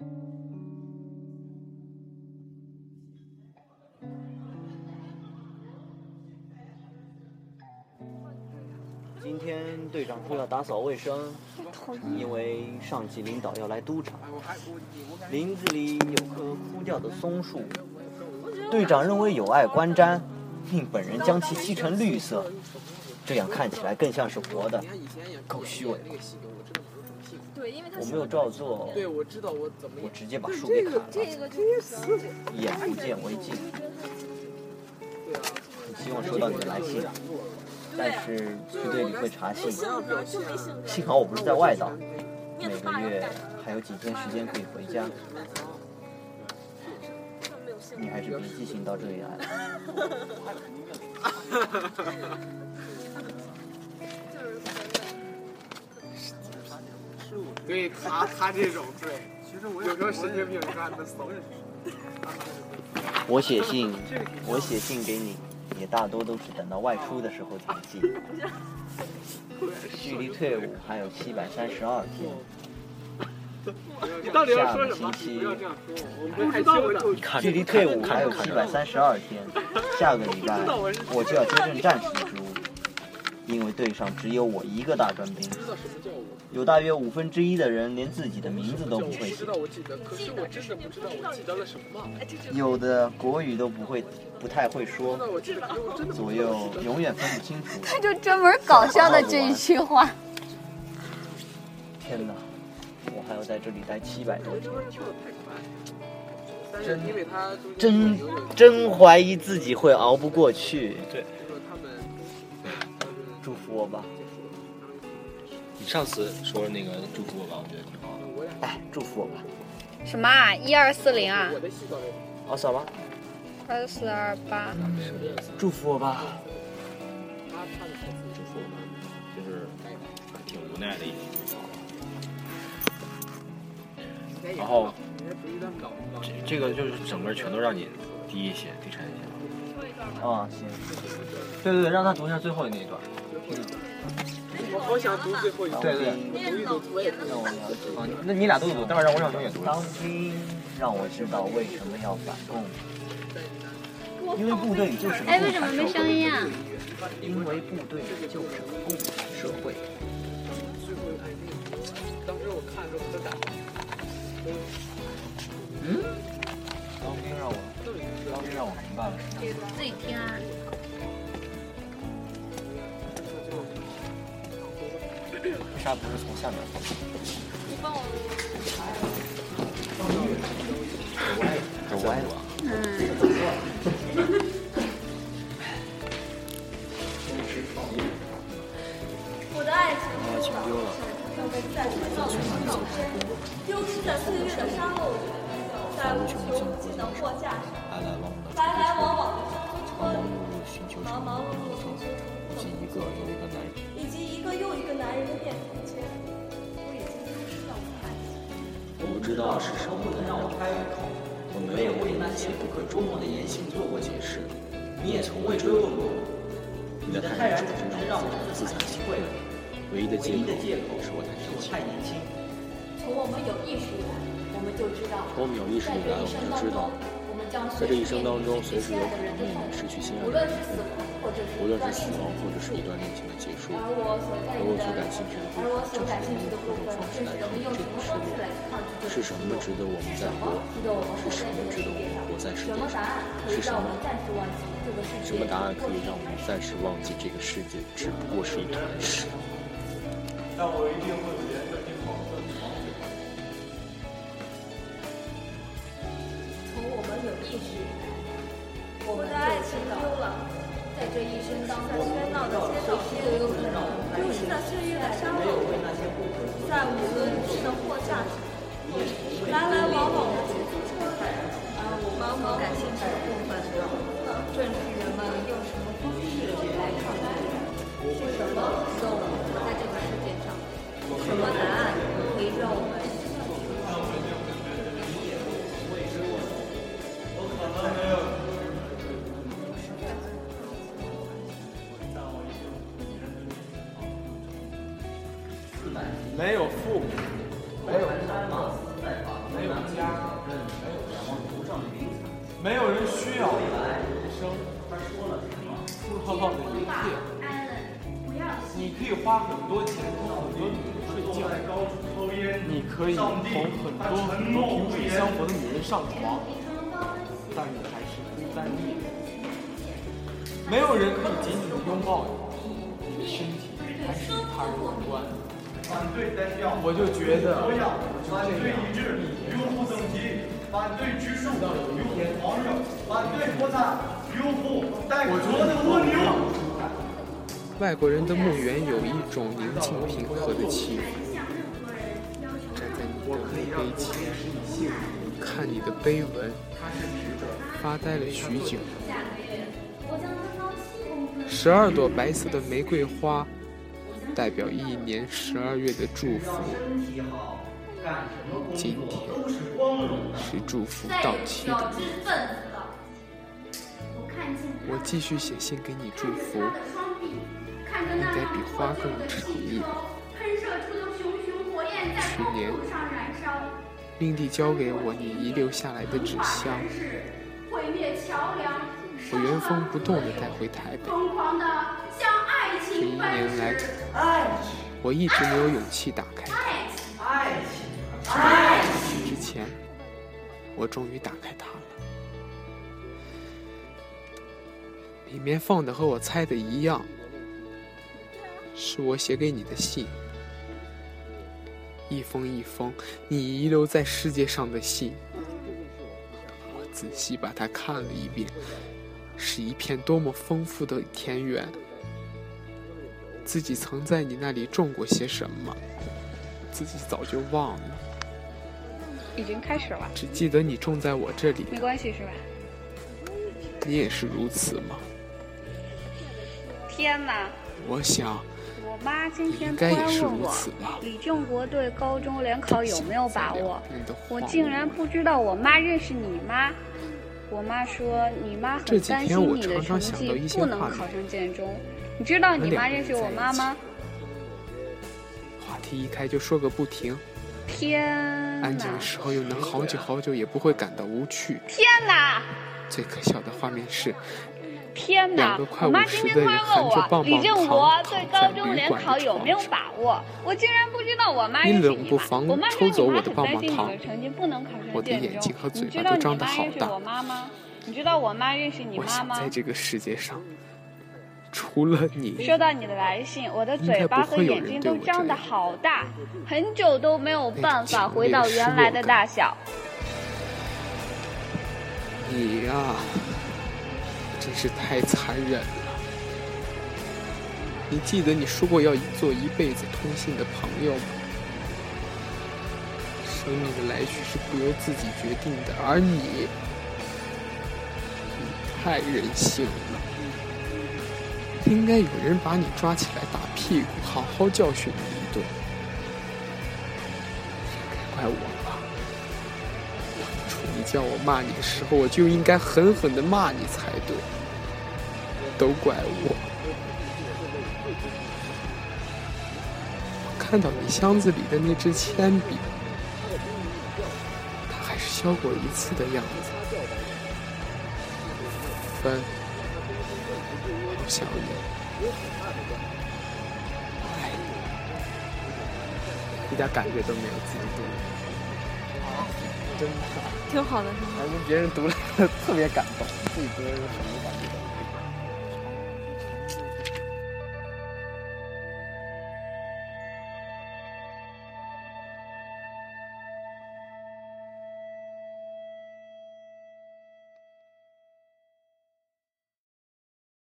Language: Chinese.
今天队长说要打扫卫生，因为上级领导要来督查。林子里有棵枯掉的松树，队长认为有碍观瞻，令本人将其漆成绿色，这样看起来更像是活的，够虚伪。我没有照做，我直接把树给砍了，眼不见为净。很希望收到你的来信，但是去队里会查信，幸好我不是在外岛，每个月还有几天时间可以回家。你还是别寄信到这里来。 对他这种，对，有时候神经病你看他们怂。 我写信给你，也大多都是等到外出的时候才寄。距离退伍还有732天。 你到底要说什么？ 下个星期， 不要这样说，我们害羞的。 距离退伍还有732天，下个礼拜我就要接任战士的职务，因为队上只有我一个大专兵，有大约1/5的人连自己的名字都不会写， 可是我真的不知道我记得了什么。 有的国语都不太会说，左右永远分不清楚。 他就专门搞笑的这一句话。 天哪！我还要在这里待700多天，真怀疑自己会熬不过去。 对， 祝福我吧。 你上次说的那个祝福我吧，我觉得挺好的。 哎，祝福我吧。 什么啊？1240啊？ 哦，啥吧 2428。 祝福我吧。 祝福我吧，就是挺无奈的一句话。然后这个就是整个全都让你第一写第陈写。 啊，行。 对，让他读一下最后的那一段。 我好想读最后一段。 对， 让我了解。 啊，那你俩都读，待会儿让我让也读。 当兵让我知道为什么要反共，因为部队就是个共产社会。 为什么没声音啊？ 因为部队就是个共产社会。 当时我看着我都感动。 当兵让我明白了。 自己听啊。 为啥不是从下面放？ 你帮我。 走歪了。 我的爱情丢了。 在喧闹的城堡间，丢失在岁月的沙漏里，在无穷无尽的货架上，来来往往的车车，忙忙碌碌寻求重复的以及一个又一个男人的面孔间，我已经丢失了我的爱情。 我不知道是什么能让我开口，我没有为那些不可捉摸的言行做过解释，你也从未追问过我。你的泰然处之让我自惭形秽了。唯一的借口是我太年轻。 从我们有意识以来，我们就知道， 在这一生当中，随时有可能面临失去心爱的人，无论是死亡或者是一段恋情的结束。而我所感兴趣的部分，正是用各种方式来抗拒这种失落。是什么值得我们在活？是什么值得我们活在世界上？是什么答案可以让我们暂时忘记这个世界只不过是一团屎？ 但我一定会沿着这黄色的黄水。 从我们有意识以来，我们的爱情丢了，在这一生当中，喧闹的街道间，丢失在岁月的沙漠里，在无穷无尽的货架上，来来往往的出租车里，而我们所感兴趣的部分，正是人们用什么方式来抗拒？是什么使我们活在这个世界上？什么答案可以让我们没有父母，没有没有家，没有人需要一生粗糙的一片。你可以花很多钱跟很多女人睡觉，你可以同很多萍水相逢的女人上床，但你还是孤单一人。没有人可以紧紧的拥抱你，你的身体还是与他人无关。我就觉得， 反对一致，拥护等级，反对拘束，拥护狂热，反对脱产，拥护带国的蜗牛。 外国人的墓园有一种宁静平和的气氛。站在你的墓碑前，看你的碑文，发呆了许久。12朵白色的玫瑰花，代表一年12月的祝福。今天是祝福到期的日子。我继续写信给你祝福，应该比花更诚意吧。去年，命弟交给我你遗留下来的纸箱，我原封不动地带回台北。这1年来，我一直没有勇气打开它。之前，我终于打开它了。里面放的和我猜的一样，是我写给你的信，一封一封你遗留在世界上的信。我仔细把它看了一遍，是一片多么丰富的田园。自己曾在你那里种过些什么，自己早就忘了。 已经开始了， 只记得你种在我这里。 没关系是吧？ 你也是如此吗？ 天哪！ 我想， 我妈今天突然问我，李正国对高中联考有没有把握？我竟然不知道我妈认识你妈。我妈说你妈很担心你的成绩不能考上建中。你知道你妈认识我妈吗？ 话题一开就说个不停。 天哪！ 安静的时候又能好久好久也不会感到无趣。 天哪！ 最可笑的画面是， 天哪！我妈今天突然问我，李正国对高中联考有没有把握？我竟然不知道我妈认识你妈。我妈说你妈很担心你的成绩不能考上建中。 我的眼睛和嘴巴都张得好大。 你知道我妈认识你妈吗？ 在这个世界上，除了你， 收到你的来信，我的嘴巴和眼睛都张得好大，很久都没有办法回到原来的大小。 你呀，真是太残忍了。你记得你说过要做一辈子通信的朋友吗？生命的来去是不由自己决定的，而你太任性了。应该有人把你抓起来打屁股，好好教训你一顿。该怪我吧？当初你叫我骂你的时候，我就应该狠狠地骂你才对。都怪我。我看到你箱子里的那支铅笔，它还是削过一次的样子。芬，好想你，我爱你，一点感觉都没有自己读的，真的， 挺好的，是吗？ 别人读了特别感动，自己读的是什么感觉？